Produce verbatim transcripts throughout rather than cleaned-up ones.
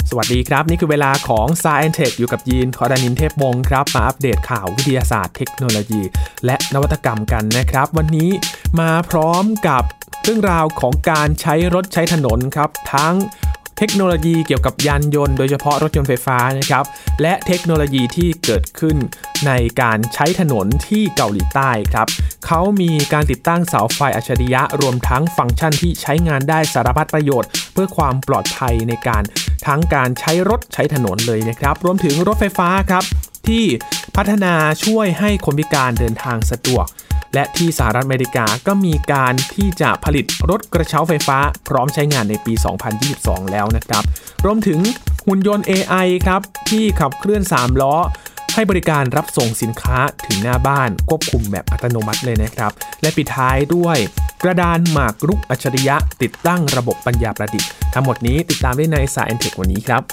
สวัสดีครับนี่คือเวลาของ Science Tech อยู่กับยีน คอดานินเทพมงครับมาอัปเดตข่าววิทยาศาสตร์เทคโนโลยีและนวัตกรรมกันนะครับวันนี้มาพร้อมกับเรื่องราวของการใช้รถใช้ถนนครับทั้งเทคโนโลยีเกี่ยวกับยานยนต์โดยเฉพาะรถยนต์ไฟฟ้านะครับและเทคโนโลยีที่เกิดขึ้นในการใช้ถนนที่เกาหลีใต้ครับเขามีการติดตั้งเสาไฟอัจฉริยะรวมทั้งฟังก์ชันที่ใช้งานได้สารพัดประโยชน์เพื่อความปลอดภัยในการทั้งการใช้รถใช้ถนนเลยนะครับรวมถึงรถไฟฟ้าครับที่พัฒนาช่วยให้คนพิการเดินทางสะดวกและที่สหรัฐอเมริกาก็มีการที่จะผลิตรถกระเช้าไฟฟ้าพร้อมใช้งานในปี สองพันยี่สิบสอง แล้วนะครับรวมถึงหุ่นยนต์ เอ ไอ ครับที่ขับเคลื่อนสามล้อให้บริการรับส่งสินค้าถึงหน้าบ้านควบคุมแบบอัตโนมัติเลยนะครับและปิดท้ายด้วยกระดานหมากรุกอัจฉริยะติดตั้งระบบปัญญาประดิษฐ์ทั้งหมดนี้ติดตามได้ใน Science Tech วันนี้ครับ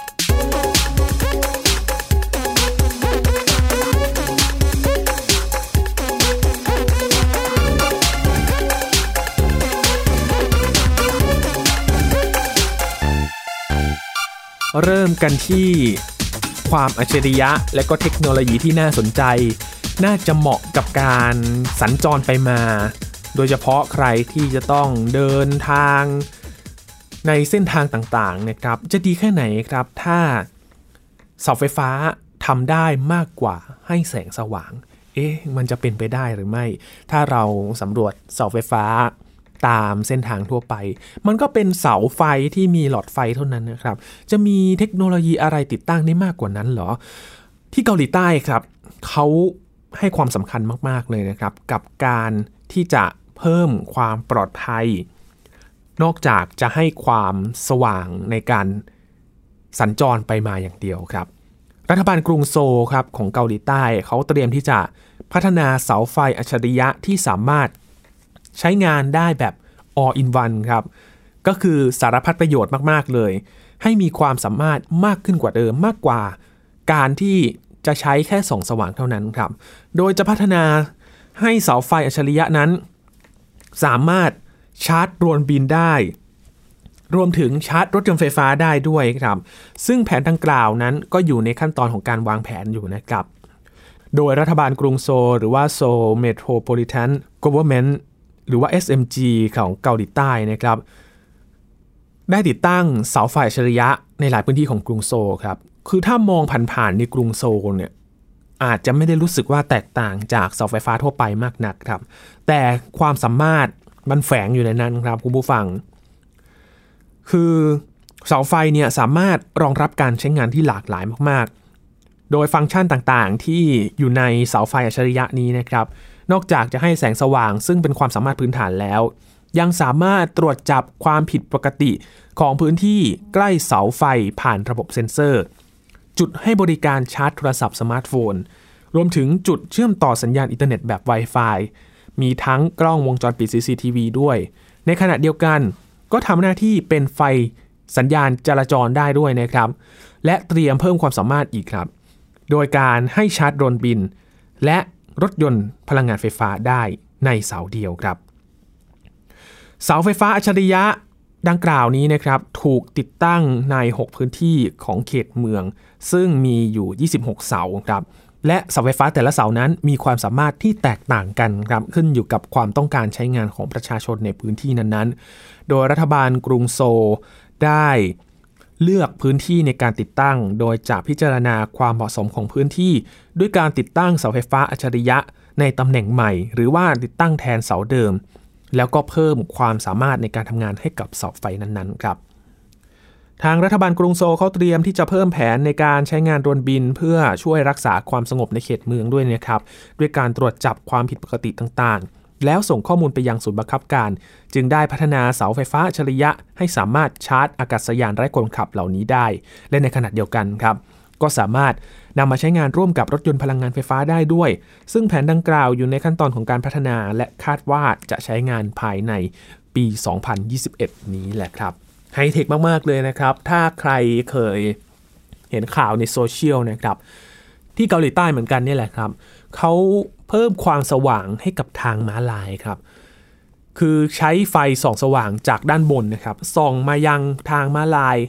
เริ่มกันที่ความอัจฉริยะและก็เทคโนโลยีที่น่าสนใจน่าจะเหมาะกับการสัญจรไปมาโดยเฉพาะใครที่จะต้องเดินทางในเส้นทางต่างๆนะครับจะดีแค่ไหนครับถ้าเสาไฟฟ้าทำได้มากกว่าให้แสงสว่างเอ๊ะมันจะเป็นไปได้หรือไม่ถ้าเราสำรวจเสาไฟฟ้าตามเส้นทางทั่วไปมันก็เป็นเสาไฟที่มีหลอดไฟเท่านั้นนะครับจะมีเทคโนโลยีอะไรติดตั้งได้มากกว่านั้นเหรอที่เกาหลีใต้ครับเขาให้ความสำคัญมากๆเลยนะครับกับการที่จะเพิ่มความปลอดภัยนอกจากจะให้ความสว่างในการสัญจรไปมาอย่างเดียวครับรัฐบาลกรุงโซลครับของเกาหลีใต้เขาเตรียมที่จะพัฒนาเสาไฟอัจฉริยะที่สามารถใช้งานได้แบบ all in one ครับก็คือสารพัดประโยชน์มากๆเลยให้มีความสามารถมากขึ้นกว่าเดิมมากกว่าการที่จะใช้แค่ส่องสว่างเท่านั้นครับโดยจะพัฒนาให้เสาไฟอัจฉริยะนั้นสามารถชาร์จโดรนบินได้รวมถึงชาร์จรถยนต์ไฟฟ้าได้ด้วยครับซึ่งแผนดังกล่าวนั้นก็อยู่ในขั้นตอนของการวางแผนอยู่นะครับโดยรัฐบาลกรุงโซลหรือว่า Seoul Metropolitan Governmentหรือว่า เอส เอ็ม จี ของเกาหลีใต้นะครับได้ติดตั้งเสาไฟอัจฉริยะในหลายพื้นที่ของกรุงโซลครับคือถ้ามองผ่านๆในกรุงโซลเนี่ยอาจจะไม่ได้รู้สึกว่าแตกต่างจากเสาไฟฟ้าทั่วไปมากนักครับแต่ความสามารถมันแฝงอยู่ในนั้นครับคุณผู้ฟังคือเสาไฟเนี่ยสามารถรองรับการใช้งานที่หลากหลายมากๆโดยฟังก์ชันต่างๆที่อยู่ในเสาไฟอัจฉริยะนี้นะครับนอกจากจะให้แสงสว่างซึ่งเป็นความสามารถพื้นฐานแล้วยังสามารถตรวจจับความผิดปกติของพื้นที่ใกล้เสาไฟผ่านระบบเซ็นเซอร์จุดให้บริการชาร์จโทรศัพท์สมาร์ทโฟนรวมถึงจุดเชื่อมต่อสัญญาณอินเทอร์เน็ตแบบ Wi-Fi มีทั้งกล้องวงจรปิด ซี ซี ที วี ด้วยในขณะเดียวกันก็ทำหน้าที่เป็นไฟสัญญาณจราจรได้ด้วยนะครับและเตรียมเพิ่มความสามารถอีกครับโดยการให้ชาร์จโดรนบินและรถยนต์พลังงานไฟฟ้าได้ในเสาเดียวครับเสาไฟฟ้าอัจฉริยะดังกล่าวนี้นะครับถูกติดตั้งในหกพื้นที่ของเขตเมืองซึ่งมีอยู่ยี่สิบหกเสาครับและเสาไฟฟ้าแต่ละเสานั้นมีความสามารถที่แตกต่างกันครับขึ้นอยู่กับความต้องการใช้งานของประชาชนในพื้นที่นั้นๆโดยรัฐบาลกรุงโซลได้เลือกพื้นที่ในการติดตั้งโดยจะพิจารณาความเหมาะสมของพื้นที่ด้วยการติดตั้งเสาไฟฟ้าอัจฉริยะในตำแหน่งใหม่หรือว่าติดตั้งแทนเสาเดิมแล้วก็เพิ่มความสามารถในการทำงานให้กับเสาไฟนั้นๆครับทางรัฐบาลกรุงโซลเขาเตรียมที่จะเพิ่มแผนในการใช้งานโดรนบินเพื่อช่วยรักษาความสงบในเขตเมืองด้วยนะครับด้วยการตรวจจับความผิดปกติต่างๆแล้วส่งข้อมูลไปยังศูนย์บังคับการจึงได้พัฒนาเสาไฟฟ้าอัจฉริยะให้สามารถชาร์จอากาศยานไร้คนขับเหล่านี้ได้และในขณะเดียวกันครับก็สามารถนำมาใช้งานร่วมกับรถยนต์พลังงานไฟฟ้าได้ด้วยซึ่งแผนดังกล่าวอยู่ในขั้นตอนของการพัฒนาและคาดว่าจะใช้งานภายในปี สองพันยี่สิบเอ็ด นี้แหละครับไฮเทคมากๆเลยนะครับถ้าใครเคยเห็นข่าวในโซเชียลนะครับที่เกาหลีใต้เหมือนกันนี่แหละครับเขาเพิ่มความสว่างให้กับทางม้าลายครับคือใช้ไฟส่องสว่างจากด้านบนนะครับส่องมายังทางม้าลาย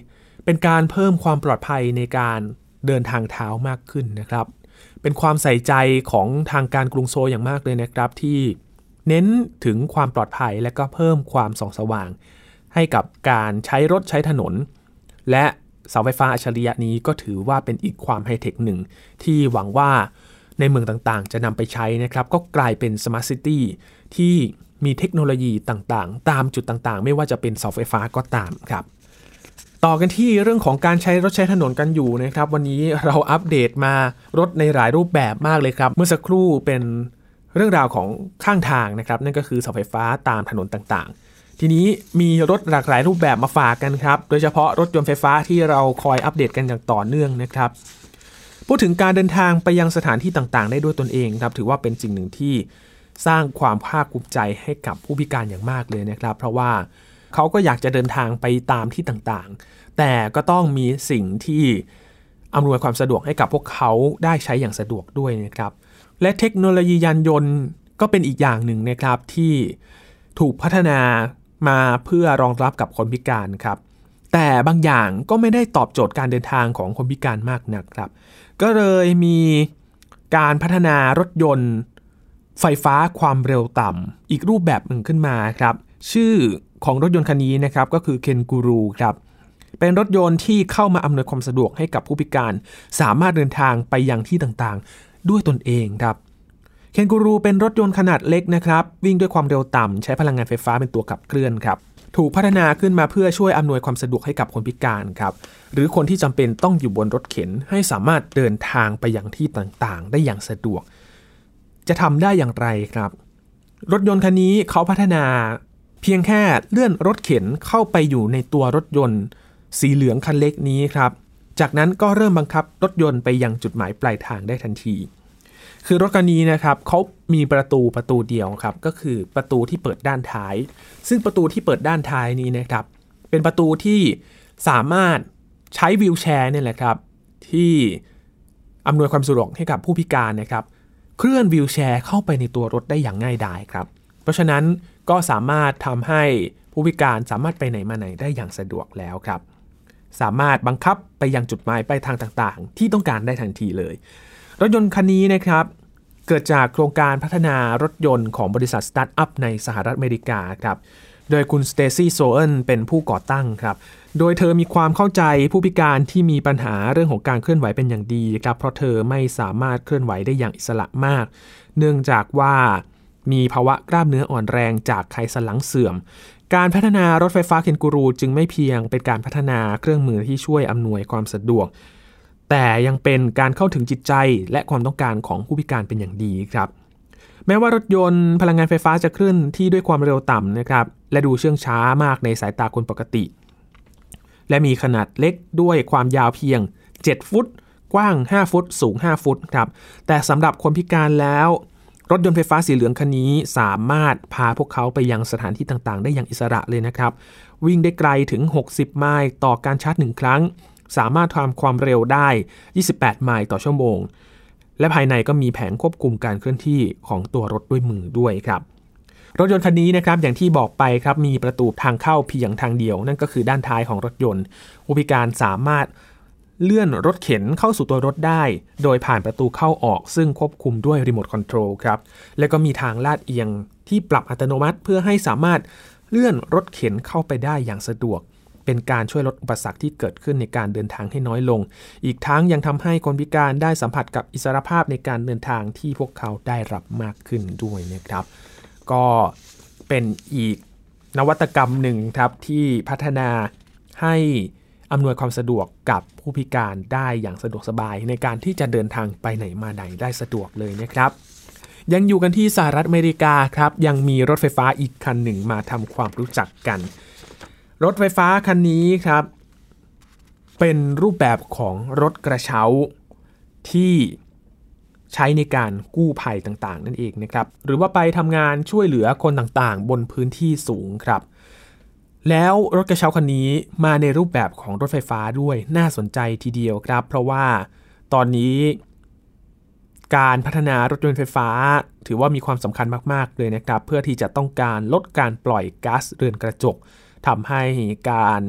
เป็นการเพิ่มความปลอดภัยในการเดินทางเท้ามากขึ้นนะครับเป็นความใส่ใจของทางการกรุงโซลอย่างมากเลยนะครับที่เน้นถึงความปลอดภัยและก็เพิ่มความส่องสว่างให้กับการใช้รถใช้ถนนและเสาไฟฟ้าอัจฉริยะนี้ก็ถือว่าเป็นอีกความไฮเทคหนึ่งที่หวังว่าในเมืองต่างๆจะนำไปใช้นะครับก็กลายเป็นสมาร์ทซิตี้ที่มีเทคโนโลยีต่างๆตามจุดต่างๆไม่ว่าจะเป็นเสาไฟฟ้าก็ตามครับต่อกันที่เรื่องของการใช้รถใช้ถนนกันอยู่นะครับวันนี้เราอัปเดตมารถในหลายรูปแบบมากเลยครับเมื่อสักครู่เป็นเรื่องราวของข้างทางนะครับนั่นก็คือเสาไฟฟ้าตามถนนต่างๆทีนี้มีรถหลากหลายรูปแบบมาฝากกันครับโดยเฉพาะรถยนต์ไฟฟ้าที่เราคอยอัปเดตกันอย่างต่อเนื่องนะครับพูดถึงการเดินทางไปยังสถานที่ต่างๆได้ด้วยตนเองครับถือว่าเป็นสิ่งหนึ่งที่สร้างความภาคภูมิใจให้กับผู้พิการอย่างมากเลยนะครับเพราะว่าเขาก็อยากจะเดินทางไปตามที่ต่างๆแต่ก็ต้องมีสิ่งที่อำนวยความสะดวกให้กับพวกเขาได้ใช้อย่างสะดวกด้วยนะครับและเทคโนโลยียานยนต์ก็เป็นอีกอย่างหนึ่งนะครับที่ถูกพัฒนามาเพื่อรองรับกับคนพิการครับแต่บางอย่างก็ไม่ได้ตอบโจทย์การเดินทางของคนพิการมากนักครับก็เลยมีการพัฒนารถยนต์ไฟฟ้าความเร็วต่ำอีกรูปแบบหนึ่งขึ้นมาครับชื่อของรถยนต์คันนี้นะครับก็คือ Kenguru ครับเป็นรถยนต์ที่เข้ามาอำนวยความสะดวกให้กับผู้พิการสามารถเดินทางไปยังที่ต่างๆด้วยตนเองครับ Kenguru เป็นรถยนต์ขนาดเล็กนะครับวิ่งด้วยความเร็วต่ำใช้พลังงานไฟฟ้าเป็นตัวขับเคลื่อนครับถูกพัฒนาขึ้นมาเพื่อช่วยอำนวยความสะดวกให้กับคนพิการครับหรือคนที่จำเป็นต้องอยู่บนรถเข็นให้สามารถเดินทางไปยังที่ต่างๆได้อย่างสะดวกจะทำได้อย่างไรครับรถยนต์คันนี้เขาพัฒนาเพียงแค่เลื่อนรถเข็นเข้าไปอยู่ในตัวรถยนต์สีเหลืองคันเล็กนี้ครับจากนั้นก็เริ่มบังคับรถยนต์ไปยังจุดหมายปลายทางได้ทันทีคือรถคันนี้นะครับเขามีประตูประตูเดียวครับก็คือประตูที่เปิดด้านท้ายซึ่งประตูที่เปิดด้านท้ายนี้นะครับเป็นประตูที่สามารถใช้วีลแชร์เนี่ยแหละครับที่อำนวยความสะดวกให้กับผู้พิการนะครับเคลื่อนวีลแชร์เข้าไปในตัวรถได้อย่างง่ายดายครับเพราะฉะนั้นก็สามารถทำให้ผู้พิการสามารถไปไหนมาไหนได้อย่างสะดวกแล้วครับสามารถบังคับไปยังจุดหมายปลายทางต่างๆที่ต้องการได้ทันทีเลยรถยนต์คันนี้นะครับเกิดจากโครงการพัฒนารถยนต์ของบริษัทสตาร์ทอัพในสหรัฐอเมริกาครับโดยคุณสเตซี่โซเอิลเป็นผู้ก่อตั้งครับโดยเธอมีความเข้าใจผู้พิการที่มีปัญหาเรื่องของการเคลื่อนไหวเป็นอย่างดีครับเพราะเธอไม่สามารถเคลื่อนไหวได้อย่างอิสระมากเนื่องจากว่ามีภาวะกล้ามเนื้ออ่อนแรงจากไขสันหลังเสื่อมการพัฒนารถไฟฟ้า Kenguru จึงไม่เพียงเป็นการพัฒนาเครื่องมือที่ช่วยอำนวยความสะดวกแต่ยังเป็นการเข้าถึงจิตใจและความต้องการของผู้พิการเป็นอย่างดีครับแม้ว่ารถยนต์พลังงานไฟฟ้าจะเคลื่อนที่ด้วยความเร็วต่ำนะครับและดูเชื่องช้ามากในสายตาคนปกติและมีขนาดเล็กด้วยความยาวเพียงเจ็ดฟุตกว้างห้าฟุตสูงห้าฟุตครับแต่สำหรับคนพิการแล้วรถยนต์ไฟฟ้าสีเหลืองคันนี้สามารถพาพวกเขาไปยังสถานที่ต่างๆได้อย่างอิสระเลยนะครับวิ่งได้ไกลถึงหกสิบไมล์ต่อการชาร์จหนึ่งครั้งสามารถทำความเร็วได้ยี่สิบแปดไมล์ต่อชั่วโมงและภายในก็มีแผงควบคุมการเคลื่อนที่ของตัวรถด้วยมือด้วยครับรถยนต์คันนี้นะครับอย่างที่บอกไปครับมีประตูทางเข้าเพียงทางเดียวนั่นก็คือด้านท้ายของรถยนต์ผู้พิการสามารถเลื่อนรถเข็นเข้าสู่ตัวรถได้โดยผ่านประตูเข้าออกซึ่งควบคุมด้วยรีโมทคอนโทรลครับและก็มีทางลาดเอียงที่ปรับอัตโนมัติเพื่อให้สามารถเลื่อนรถเข็นเข้าไปได้อย่างสะดวกเป็นการช่วยลดอุปสรรคที่เกิดขึ้นในการเดินทางให้น้อยลงอีกทั้งยังทำให้คนพิการได้สัมผัสกับอิสรภาพในการเดินทางที่พวกเขาได้รับมากขึ้นด้วยนะครับก็เป็นอีกนวัตกรรมหนึ่งครับที่พัฒนาให้อำนวยความสะดวกกับผู้พิการได้อย่างสะดวกสบายในการที่จะเดินทางไปไหนมาไหนได้สะดวกเลยนะครับยังอยู่กันที่สหรัฐอเมริกาครับยังมีรถไฟฟ้าอีกคันหนึ่งมาทำความรู้จักกันรถไฟฟ้าคันนี้ครับเป็นรูปแบบของรถกระเช้าที่ใช้ในการกู้ภัยต่างๆนั่นเองนะครับหรือว่าไปทำงานช่วยเหลือคนต่างๆบนพื้นที่สูงครับแล้วรถกระเช้าคันนี้มาในรูปแบบของรถไฟฟ้าด้วยน่าสนใจทีเดียวครับเพราะว่าตอนนี้การพัฒนารถยนต์ไฟฟ้าถือว่ามีความสำคัญมากๆเลยนะครับเพื่อที่จะต้องการลดการปล่อยก๊าซเรือนกระจกทำให้การ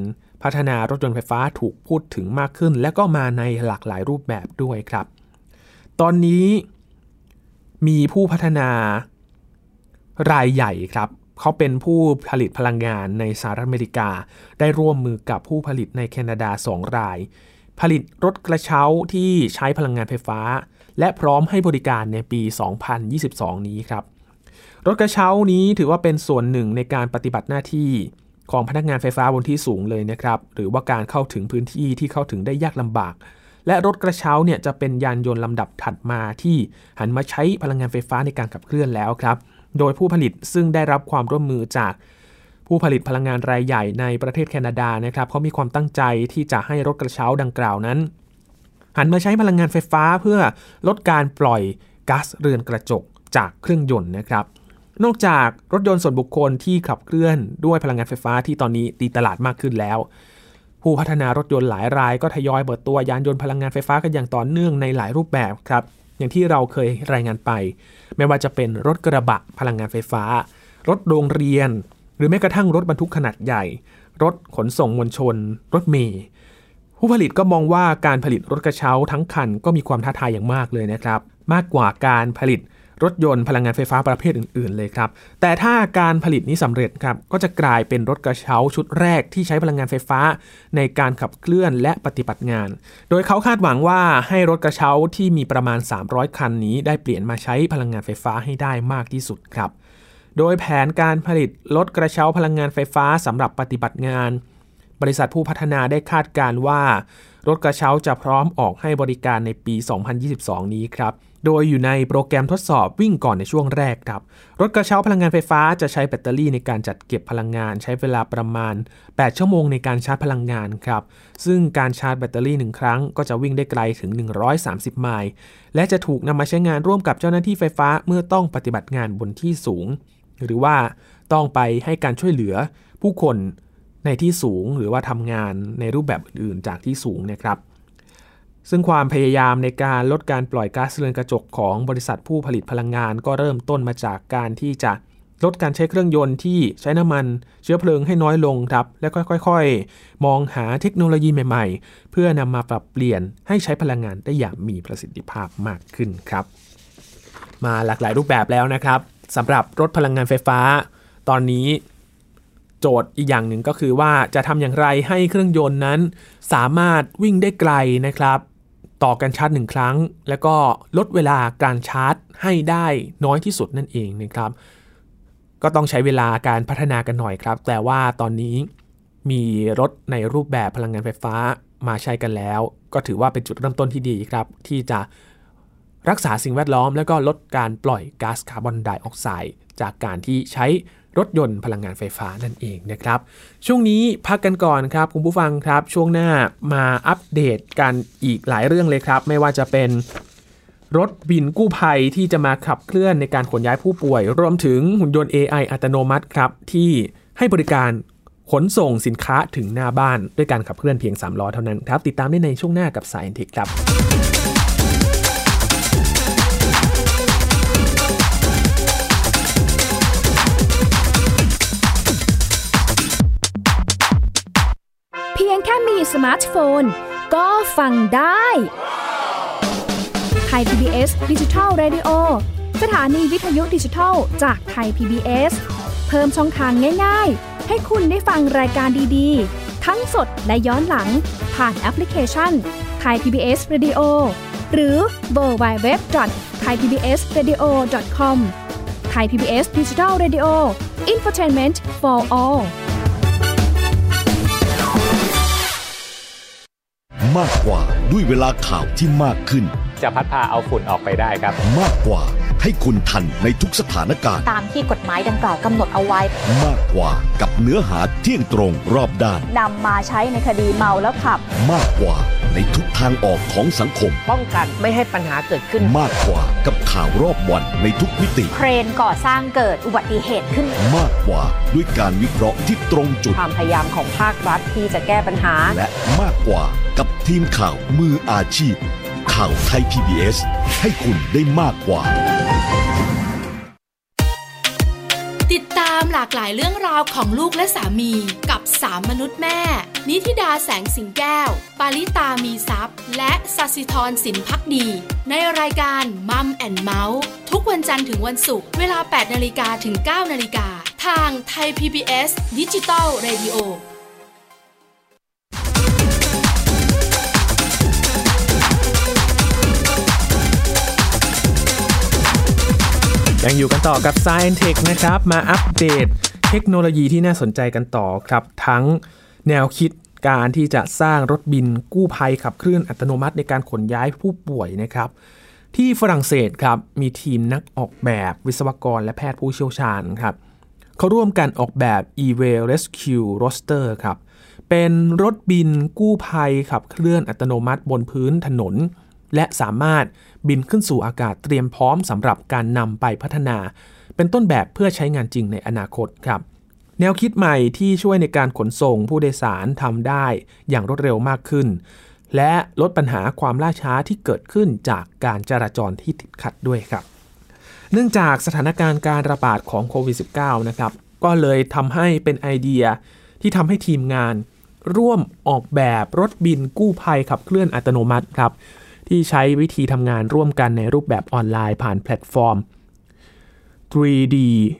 พัฒนารถยนต์ไฟฟ้าถูกพูดถึงมากขึ้นและก็มาในหลากหลายรูปแบบด้วยครับตอนนี้มีผู้พัฒนารายใหญ่ครับเขาเป็นผู้ผลิตพลังงานในสหรัฐอเมริกาได้ร่วมมือกับผู้ผลิตในแคนาดาสองรายผลิตรถกระเช้าที่ใช้พลังงานไฟฟ้าและพร้อมให้บริการในปีสองพันยี่สิบสองนี้ครับรถกระเช้านี้ถือว่าเป็นส่วนหนึ่งในการปฏิบัติหน้าที่ของพนักงานไฟฟ้าบนที่สูงเลยนะครับหรือว่าการเข้าถึงพื้นที่ที่เข้าถึงได้ยากลำบากและรถกระเช้าเนี่ยจะเป็นยานยนต์ลำดับถัดมาที่หันมาใช้พลังงานไฟฟ้าในการขับเคลื่อนแล้วครับโดยผู้ผลิตซึ่งได้รับความร่วมมือจากผู้ผลิตพลังงานรายใหญ่ในประเทศแคนาดานะครับเขามีความตั้งใจที่จะให้รถกระเช้าดังกล่าวนั้นหันมาใช้พลังงานไฟฟ้าเพื่อลดการปล่อยก๊าซเรือนกระจกจากเครื่องยนต์นะครับนอกจากรถยนต์ส่วนบุคคลที่ขับเคลื่อนด้วยพลังงานไฟฟ้าที่ตอนนี้ตีตลาดมากขึ้นแล้วผู้พัฒนารถยนต์หลายรายก็ทยอยเปิดตัวยานยนต์พลังงานไฟฟ้ากันอย่างต่อเนื่องในหลายรูปแบบครับอย่างที่เราเคยรายงานไปไม่ว่าจะเป็นรถกระบะพลังงานไฟฟ้ารถโรงเรียนหรือแม้กระทั่งรถบรรทุกขนาดใหญ่รถขนส่งมวลชนรถเมล์ผู้ผลิตก็มองว่าการผลิตรถกระเช้าทั้งคันก็มีความท้าทายอย่างมากเลยนะครับมากกว่าการผลิตรถยนต์พลังงานไฟฟ้าประเภทอื่นๆเลยครับแต่ถ้าการผลิตนี้สำเร็จครับก็จะกลายเป็นรถกระเช้าชุดแรกที่ใช้พลังงานไฟฟ้าในการขับเคลื่อนและปฏิบัติงานโดยเขาคาดหวังว่าให้รถกระเช้าที่มีประมาณสามร้อยคันนี้ได้เปลี่ยนมาใช้พลังงานไฟฟ้าให้ได้มากที่สุดครับโดยแผนการผลิตรถกระเช้าพลังงานไฟฟ้าสำหรับปฏิบัติงานบริษัทผู้พัฒนาได้คาดการณ์ว่ารถกระเช้าจะพร้อมออกให้บริการในปีสองพันยี่สิบสองนี้ครับโดยอยู่ในโปรแกรมทดสอบวิ่งก่อนในช่วงแรกครับรถกระเช้าพลังงานไฟฟ้าจะใช้แบตเตอรี่ในการจัดเก็บพลังงานใช้เวลาประมาณแปดชั่วโมงในการชาร์จพลังงานครับซึ่งการชาร์จแบตเตอรี่หนึ่งครั้งก็จะวิ่งได้ไกลถึงหนึ่งร้อยสามสิบไมล์และจะถูกนำมาใช้งานร่วมกับเจ้าหน้าที่ไฟฟ้าเมื่อต้องปฏิบัติงานบนที่สูงหรือว่าต้องไปให้การช่วยเหลือผู้คนในที่สูงหรือว่าทำงานในรูปแบบอื่นๆจากที่สูงนะครับซึ่งความพยายามในการลดการปล่อยก๊าซเรือนกระจกของบริษัทผู้ผลิตพลังงานก็เริ่มต้นมาจากการที่จะลดการใช้เครื่องยนต์ที่ใช้น้ำมันเชื้อเพลิงให้น้อยลงครับและค่อยๆมองหาเทคโนโลยีใหม่ๆเพื่อนำมาปรับเปลี่ยนให้ใช้พลังงานได้อย่างมีประสิทธิภาพมากขึ้นครับมาหลากหลายรูปแบบแล้วนะครับสำหรับรถพลังงานไฟฟ้าตอนนี้โจทย์อีกอย่างหนึ่งก็คือว่าจะทำอย่างไรให้เครื่องยนต์นั้นสามารถวิ่งได้ไกลนะครับต่อการชาร์จหนึ่งครั้งแล้วก็ลดเวลาการชาร์จให้ได้น้อยที่สุดนั่นเองนะครับก็ต้องใช้เวลาการพัฒนากันหน่อยครับแต่ว่าตอนนี้มีรถในรูปแบบพลังงานไฟฟ้ามาใช้กันแล้วก็ถือว่าเป็นจุดเริ่มต้นที่ดีครับที่จะรักษาสิ่งแวดล้อมแล้วก็ลดการปล่อยก๊าซคาร์บอนไดออกไซด์จากการที่ใช้รถยนต์พลังงานไฟฟ้านั่นเองนะครับช่วงนี้พักกันก่อนครับคุณผู้ฟังครับช่วงหน้ามาอัปเดตกันอีกหลายเรื่องเลยครับไม่ว่าจะเป็นรถบินกู้ภัยที่จะมาขับเคลื่อนในการขนย้ายผู้ป่วยรวมถึงหุ่นยนต์ เอ ไอ อัตโนมัติครับที่ให้บริการขนส่งสินค้าถึงหน้าบ้านด้วยการขับเคลื่อนเพียงสามล้อเท่านั้นครับติดตามได้ในช่วงหน้ากับ Science Tech ครับเพียงแค่มีสมาร์ทโฟนก็ฟังได้ไทย พี บี เอส Digital Radio สถานีวิทยุดิจิทัลจากไทย พี บี เอส เพิ่มช่องทางง่ายๆให้คุณได้ฟังรายการดีๆทั้งสดและย้อนหลังผ่านแอปพลิเคชัน Thai พี บี เอส Radio หรือ ดับเบิลยู ดับเบิลยู ดับเบิลยู ดอท ไทยพีบีเอสเรดิโอ ดอท คอม Thai พี บี เอส Digital Radio Infotainment for all มากกว่าด้วยเวลาข่าวที่มากขึ้นจะพัดพาเอาฝุ่นออกไปได้ครับมากกว่าให้คุณทันในทุกสถานการณ์ตามที่กฎหมายดังกล่าวกำหนดเอาไว้มากกว่ากับเนื้อหาเที่ยงตรงรอบด้านนำมาใช้ในคดีเมาแล้วขับมากกว่าในทุกทางออกของสังคมป้องกันไม่ให้ปัญหาเกิดขึ้นมากกว่ากับข่าวรอบวันในทุกมิติเครนก่อสร้างเกิดอุบัติเหตุขึ้นมากกว่าด้วยการวิเคราะห์ที่ตรงจุดความพยายามของภาครัฐที่จะแก้ปัญหาและมากกว่ากับทีมข่าวมืออาชีพข่าวไทย พี บี เอส ให้คุณได้มากกว่าติดตามหลากหลายเรื่องราวของลูกและสามีกับสามมนุษย์แม่นิธิดาแสงสิงแก้วปาริตามีทรัพย์และสัสิธรสินภักดีในรายการมัมแอนด์เมาส์ทุกวันจันทร์ถึงวันศุกร์เวลา แปดนาฬิกา ถึง เก้านาฬิกา ทางไทย พี บี เอส Digital Radio ยังอยู่กันต่อกับ Science Tech นะครับมาอัปเดตเทคโนโลยีที่น่าสนใจกันต่อครับทั้งแนวคิดการที่จะสร้างรถบินกู้ภัยขับเคลื่อนอัตโนมัติในการขนย้ายผู้ป่วยนะครับที่ฝรั่งเศสครับมีทีมนักออกแบบวิศวกรและแพทย์ผู้เชี่ยวชาญครับเขาร่วมกันออกแบบ E-Way Rescue Roadster ครับเป็นรถบินกู้ภัยขับเคลื่อนอัตโนมัติบนพื้นถนนและสามารถบินขึ้นสู่อากาศเตรียมพร้อมสำหรับการนำไปพัฒนาเป็นต้นแบบเพื่อใช้งานจริงในอนาคตครับแนวคิดใหม่ที่ช่วยในการขนส่งผู้โดยสารทำได้อย่างรวดเร็วมากขึ้นและลดปัญหาความล่าช้าที่เกิดขึ้นจากการจราจรที่ติดขัดด้วยครับเนื่องจากสถานการณ์การระบาดของโควิด สิบเก้า นะครับก็เลยทำให้เป็นไอเดียที่ทำให้ทีมงานร่วมออกแบบรถบินกู้ภัยขับเคลื่อนอัตโนมัติครับที่ใช้วิธีทำงานร่วมกันในรูปแบบออนไลน์ผ่านแพลตฟอร์ม ทรี ดี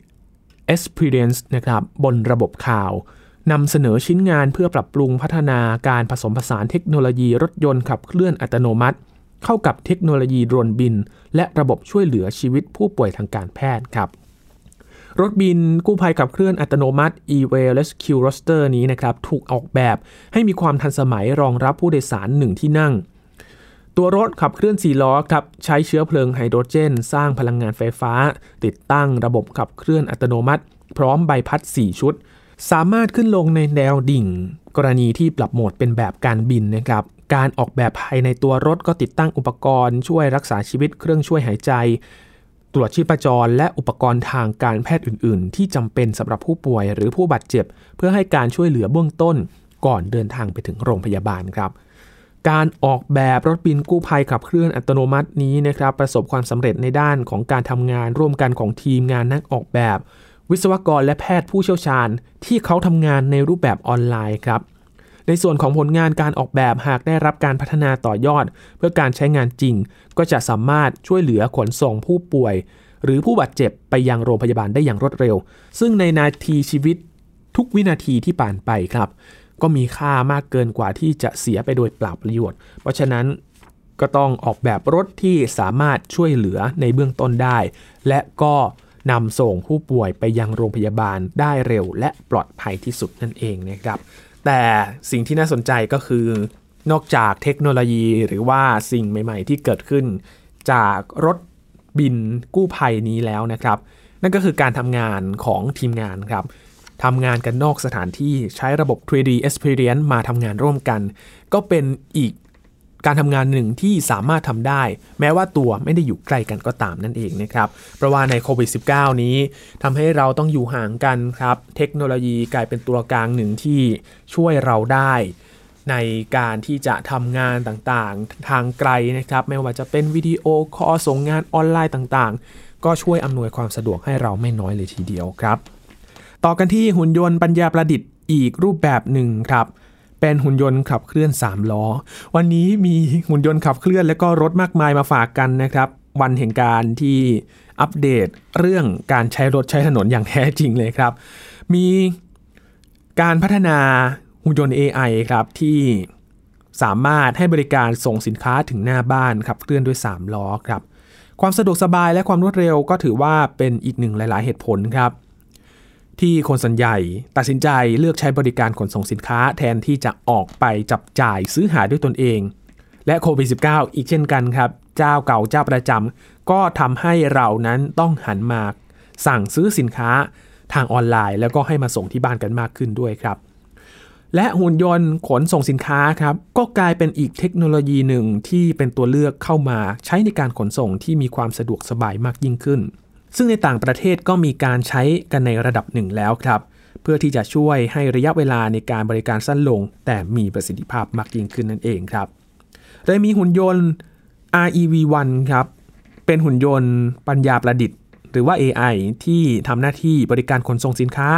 Experience นะครับบนระบบข่าวนำเสนอชิ้นงานเพื่อปรับปรุงพัฒนาการผสมผสานเทคโนโลยีรถยนต์ขับเคลื่อนอัตโนมัติเข้ากับเทคโนโลยีโดรนบินและระบบช่วยเหลือชีวิตผู้ป่วยทางการแพทย์ครับรถบินกู้ภัยขับเคลื่อนอัตโนมัติ E-Way Rescue Roadster นี้นะครับถูกออกแบบให้มีความทันสมัยรองรับผู้โดยสารหนึ่งที่นั่งตัวรถขับเคลื่อนสี่ล้อครับใช้เชื้อเพลิงไฮโดรเจนสร้างพลังงานไฟฟ้าติดตั้งระบบขับเคลื่อนอัตโนมัติพร้อมใบพัดสี่ชุดสามารถขึ้นลงในแนวดิ่งกรณีที่ปรับโหมดเป็นแบบการบินนะครับการออกแบบภายในตัวรถก็ติดตั้งอุปกรณ์ช่วยรักษาชีวิตเครื่องช่วยหายใจตรวจชีพจรและอุปกรณ์ทางการแพทย์อื่นๆที่จำเป็นสำหรับผู้ป่วยหรือผู้บาดเจ็บเพื่อให้การช่วยเหลือเบื้องต้นก่อนเดินทางไปถึงโรงพยาบาลครับการออกแบบรถบินกู้ภัยขับเคลื่อนอัตโนมัตินี้นะครับประสบความสำเร็จในด้านของการทำงานร่วมกันของทีมงานนักออกแบบวิศวกรและแพทย์ผู้เชี่ยวชาญที่เขาทำงานในรูปแบบออนไลน์ครับในส่วนของผลงานการออกแบบหากได้รับการพัฒนาต่อยอดเพื่อการใช้งานจริงก็จะสามารถช่วยเหลือขนส่งผู้ป่วยหรือผู้บาดเจ็บไปยังโรงพยาบาลได้อย่างรวดเร็วซึ่งในนาทีชีวิตทุกวินาทีที่ผ่านไปครับก็มีค่ามากเกินกว่าที่จะเสียไปโดยเปล่าประโยชน์เพราะฉะนั้นก็ต้องออกแบบรถที่สามารถช่วยเหลือในเบื้องต้นได้และก็นำส่งผู้ป่วยไปยังโรงพยาบาลได้เร็วและปลอดภัยที่สุดนั่นเองนะครับแต่สิ่งที่น่าสนใจก็คือนอกจากเทคโนโลยีหรือว่าสิ่งใหม่ๆที่เกิดขึ้นจากรถบินกู้ภัยนี้แล้วนะครับนั่นก็คือการทำงานของทีมงานครับทำงานกันนอกสถานที่ใช้ระบบ ทรี ดี Experience มาทำงานร่วมกันก็เป็นอีกการทำงานหนึ่งที่สามารถทำได้แม้ว่าตัวไม่ได้อยู่ใกล้กันก็ตามนั่นเองนะครับเพราะว่าในโควิด สิบเก้า นี้ทำให้เราต้องอยู่ห่างกันครับเทคโนโลยีกลายเป็นตัวกลางหนึ่งที่ช่วยเราได้ในการที่จะทำงานต่างๆทางไกลนะครับไม่ว่าจะเป็นวิดีโอคอลส่งงานออนไลน์ต่างๆก็ช่วยอำนวยความสะดวกให้เราไม่น้อยเลยทีเดียวครับต่อกันที่หุ่นยนต์ปัญญาประดิษฐ์อีกรูปแบบหนึ่งครับเป็นหุ่นยนต์ขับเคลื่อนสามล้อวันนี้มีหุ่นยนต์ขับเคลื่อนและก็รถมากมายมาฝากกันนะครับวันแห่งการที่อัปเดตเรื่องการใช้รถใช้ถนนอย่างแท้จริงเลยครับมีการพัฒนาหุ่นยนต์ เอ ไอ ครับที่สามารถให้บริการส่งสินค้าถึงหน้าบ้านขับเคลื่อนด้วยสามล้อครับความสะดวกสบายและความรวดเร็วก็ถือว่าเป็นอีกหนึ่งหลายๆเหตุผลครับที่คนส่วนใหญ่ตัดสินใจเลือกใช้บริการขนส่งสินค้าแทนที่จะออกไปจับจ่ายซื้อหาด้วยตนเองและโควิด สิบเก้า อีกเช่นกันครับเจ้าเก่าเจ้าประจำก็ทำให้เรานั้นต้องหันมาสั่งซื้อสินค้าทางออนไลน์แล้วก็ให้มาส่งที่บ้านกันมากขึ้นด้วยครับและหุ่นยนต์ขนส่งสินค้าครับก็กลายเป็นอีกเทคโนโลยีหนึ่งที่เป็นตัวเลือกเข้ามาใช้ในการขนส่งที่มีความสะดวกสบายมากยิ่งขึ้นซึ่งในต่างประเทศก็มีการใช้กันในระดับหนึ่งแล้วครับเพื่อที่จะช่วยให้ระยะเวลาในการบริการสั้นลงแต่มีประสิทธิภาพมากยิ่งขึ้นนั่นเองครับโดยมีหุ่นยนต์ อาร์ อี วี วัน ครับเป็นหุ่นยนต์ปัญญาประดิษฐ์หรือว่า เอ ไอ ที่ทำหน้าที่บริการขนส่งสินค้า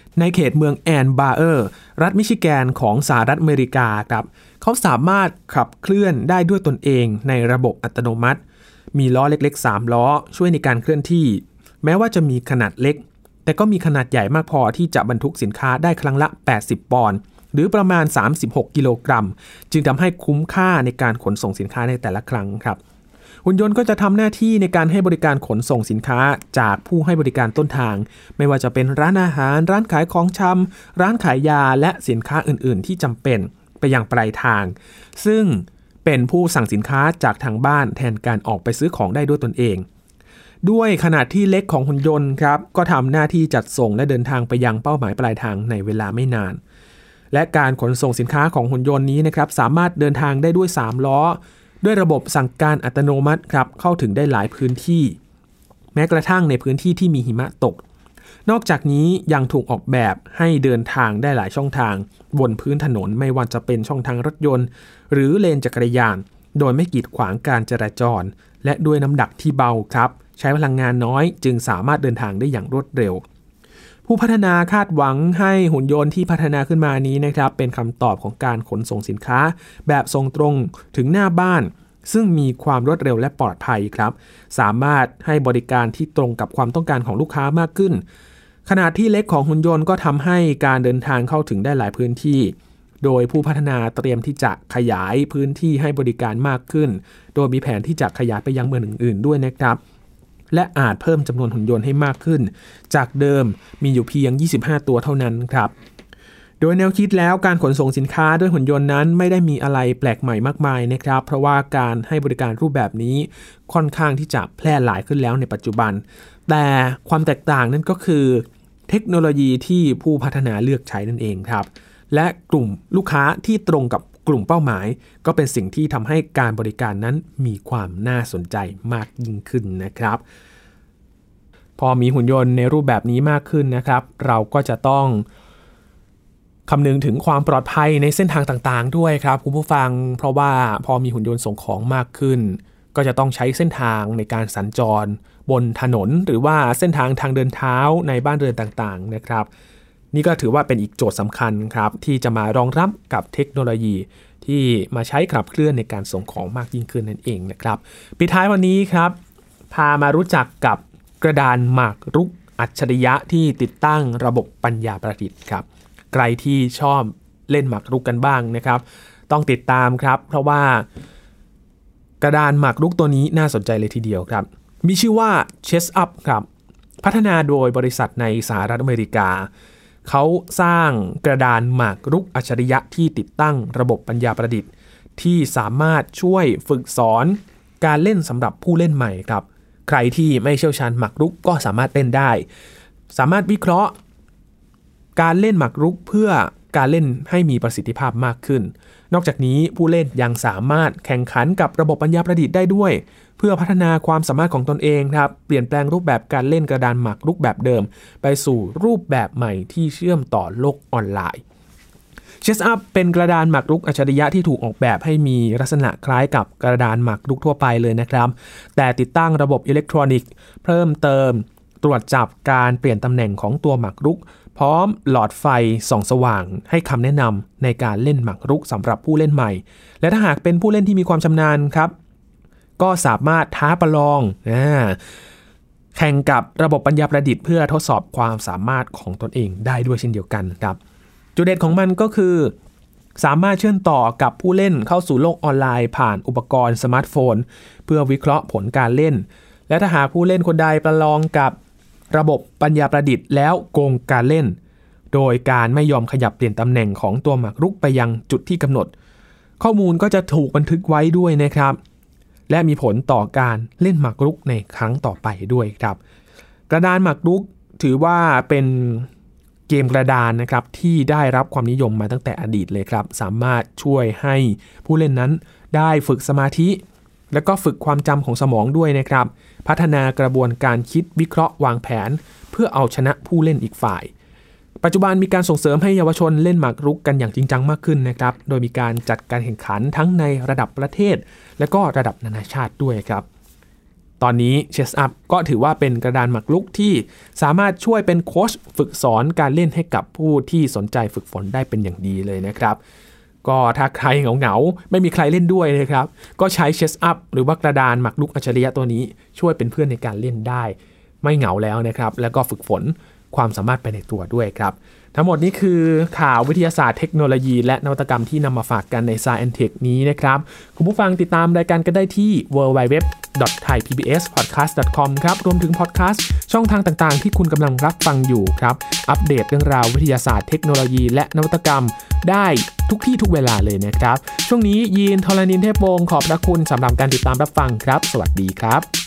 ในเขตเมืองแอนบาร์เออร์รัฐมิชิแกนของสหรัฐอเมริกาครับเขาสามารถขับเคลื่อนได้ด้วยตนเองในระบบอัตโนมัติมีล้อเล็กๆสามล้อช่วยในการเคลื่อนที่แม้ว่าจะมีขนาดเล็กแต่ก็มีขนาดใหญ่มากพอที่จะบรรทุกสินค้าได้ครั้งละแปดสิบปอนด์หรือประมาณสามสิบหกกิโลกรัมจึงทำให้คุ้มค่าในการขนส่งสินค้าในแต่ละครั้งครับหุ่นยนต์ก็จะทำหน้าที่ในการให้บริการขนส่งสินค้าจากผู้ให้บริการต้นทางไม่ว่าจะเป็นร้านอาหารร้านขายของชำร้านขายยาและสินค้าอื่นๆที่จำเป็นไปยังปลายทางซึ่งเป็นผู้สั่งสินค้าจากทางบ้านแทนการออกไปซื้อของได้ด้วยตนเองด้วยขนาดที่เล็กของหุ่นยนต์ครับก็ทำหน้าที่จัดส่งและเดินทางไปยังเป้าหมายปลายทางในเวลาไม่นานและการขนส่งสินค้าของหุ่นยนต์นี้นะครับสามารถเดินทางได้ด้วยสามล้อด้วยระบบสั่งการอัตโนมัติครับเข้าถึงได้หลายพื้นที่แม้กระทั่งในพื้นที่ที่มีหิมะตกนอกจากนี้ยังถูกออกแบบให้เดินทางได้หลายช่องทางบนพื้นถนนไม่ว่าจะเป็นช่องทางรถยนต์หรือเลนจักรยานโดยไม่กีดขวางการจราจรและด้วยน้ำหนักที่เบาครับใช้พลังงานน้อยจึงสามารถเดินทางได้อย่างรวดเร็วผู้พัฒนาคาดหวังให้หุ่นยนต์ที่พัฒนาขึ้นมานี้นะครับเป็นคำตอบของการขนส่งสินค้าแบบส่งตรงถึงหน้าบ้านซึ่งมีความรวดเร็วและปลอดภัยครับสามารถให้บริการที่ตรงกับความต้องการของลูกค้ามากขึ้นขนาดที่เล็กของหุ่นยนต์ก็ทำให้การเดินทางเข้าถึงได้หลายพื้นที่โดยผู้พัฒนาเตรียมที่จะขยายพื้นที่ให้บริการมากขึ้นโดยมีแผนที่จะขยายไปยังเมืองอื่นๆด้วยนะครับและอาจเพิ่มจำนวนหุ่นยนต์ให้มากขึ้นจากเดิมมีอยู่เพียงยี่สิบห้าตัวเท่านั้นครับโดยแนวคิดแล้วการขนส่งสินค้าด้วยหุ่นยนต์นั้นไม่ได้มีอะไรแปลกใหม่มากมายนะครับเพราะว่าการให้บริการรูปแบบนี้ค่อนข้างที่จะแพร่หลายขึ้นแล้วในปัจจุบันแต่ความแตกต่างนั่นก็คือเทคโนโลยีที่ผู้พัฒนาเลือกใช้นั่นเองครับและกลุ่มลูกค้าที่ตรงกับกลุ่มเป้าหมายก็เป็นสิ่งที่ทำให้การบริการนั้นมีความน่าสนใจมากยิ่งขึ้นนะครับพอมีหุ่นยนต์ในรูปแบบนี้มากขึ้นนะครับเราก็จะต้องคำนึงถึงความปลอดภัยในเส้นทางต่างๆด้วยครับคุณผู้ฟังเพราะว่าพอมีหุ่นยนต์ส่งของมากขึ้นก็จะต้องใช้เส้นทางในการสัญจรบนถนนหรือว่าเส้นทางทางเดินเท้าในบ้านเรือนต่างๆนะครับนี่ก็ถือว่าเป็นอีกโจทย์สำคัญครับที่จะมารองรับกับเทคโนโลยีที่มาใช้ขับเคลื่อนในการส่งของมากยิ่งขึ้นนั่นเองนะครับปิดท้ายวันนี้ครับพามารู้จักกับกระดานหมากรุกอัจฉริยะที่ติดตั้งระบบปัญญาประดิษฐ์ครับใครที่ชอบเล่นหมากรุกกันบ้างนะครับต้องติดตามครับเพราะว่ากระดานหมากรุกตัวนี้น่าสนใจเลยทีเดียวครับมีชื่อว่า Chess Up ครับพัฒนาโดยบริษัทในสหรัฐอเมริกาเขาสร้างกระดานหมากรุกอัจฉริยะที่ติดตั้งระบบปัญญาประดิษฐ์ที่สามารถช่วยฝึกสอนการเล่นสำหรับผู้เล่นใหม่ครับใครที่ไม่เชี่ยวชาญหมากรุกก็สามารถเล่นได้สามารถวิเคราะห์การเล่นหมากรุกเพื่อการเล่นให้มีประสิทธิภาพมากขึ้นนอกจากนี้ผู้เล่นยังสามารถแข่งขันกับระบบปัญญาประดิษฐ์ได้ด้วยเพื่อพัฒนาความสามารถของตนเองครับเปลี่ยนแปลงรูปแบบการเล่นกระดานหมากรุกแบบเดิมไปสู่รูปแบบใหม่ที่เชื่อมต่อโลกออนไลน์ Chess Up เป็นกระดานหมากรุกอัจฉริยะที่ถูกออกแบบให้มีลักษณะคล้ายกับกระดานหมากรุกทั่วไปเลยนะครับแต่ติดตั้งระบบอิเล็กทรอนิกส์เพิ่มเติมตรวจจับการเปลี่ยนตำแหน่งของตัวหมากรุกพร้อมหลอดไฟส่องสว่างให้คำแนะนำในการเล่นหมากรุกสำหรับผู้เล่นใหม่และถ้าหากเป็นผู้เล่นที่มีความชำนาญครับก็สามารถท้าประลองแข่งกับระบบปัญญาประดิษฐ์เพื่อทดสอบความสามารถของตนเองได้ด้วยเช่นเดียวกันครับจุดเด่นของมันก็คือสามารถเชื่อมต่อกับผู้เล่นเข้าสู่โลกออนไลน์ผ่านอุปกรณ์สมาร์ทโฟนเพื่อวิเคราะห์ผลการเล่นและถ้าหากผู้เล่นคนใดประลองกับระบบปัญญาประดิษฐ์แล้วโกงการเล่นโดยการไม่ยอมขยับเปลี่ยนตำแหน่งของตัวหมากรุกไปยังจุดที่กำหนดข้อมูลก็จะถูกบันทึกไว้ด้วยนะครับและมีผลต่อการเล่นหมากรุกในครั้งต่อไปด้วยครับกระดานหมากรุกถือว่าเป็นเกมกระดานนะครับที่ได้รับความนิยมมาตั้งแต่อดีตเลยครับสามารถช่วยให้ผู้เล่นนั้นได้ฝึกสมาธิและก็ฝึกความจำของสมองด้วยนะครับพัฒนากระบวนการคิดวิเคราะห์วางแผนเพื่อเอาชนะผู้เล่นอีกฝ่ายปัจจุบันมีการส่งเสริมให้เยาวชนเล่นหมากรุกกันอย่างจริงจังมากขึ้นนะครับโดยมีการจัดการแข่งขันทั้งในระดับประเทศและก็ระดับนานาชาติด้วยครับตอนนี้ Chess Up ก็ถือว่าเป็นกระดานหมากรุกที่สามารถช่วยเป็นโค้ชฝึกสอนการเล่นให้กับผู้ที่สนใจฝึกฝนได้เป็นอย่างดีเลยนะครับก็ถ้าใครเหงาๆไม่มีใครเล่นด้วยนะครับก็ใช้ Chess Up หรือว่ากระดานหมากรุกอัจฉริยะตัวนี้ช่วยเป็นเพื่อนในการเล่นได้ไม่เหงาแล้วนะครับแล้วก็ฝึกฝนความสามารถไปในตัวด้วยครับทั้งหมดนี้คือข่าววิทยาศาสตร์เทคโนโลยีและนวัตกรรมที่นำมาฝากกันใน Science and Tech นี้นะครับคุณผู้ฟังติดตามรายการกันได้ที่ ดับเบิลยู ดับเบิลยู ดับเบิลยู ดอท ไทย พี บี เอส พอดแคสต์ ดอท คอม ครับรวมถึงพอดแคสต์ช่องทางต่างๆที่คุณกำลังรับฟังอยู่ครับอัปเดตเรื่องราววิทยาศาสตร์เทคโนโลยีและนวัตกรรมได้ทุกที่ทุกเวลาเลยนะครับช่วงนี้ยีนทรณินเทพวงศ์ขอบพระคุณสำหรับการติดตามรับฟังครับสวัสดีครับ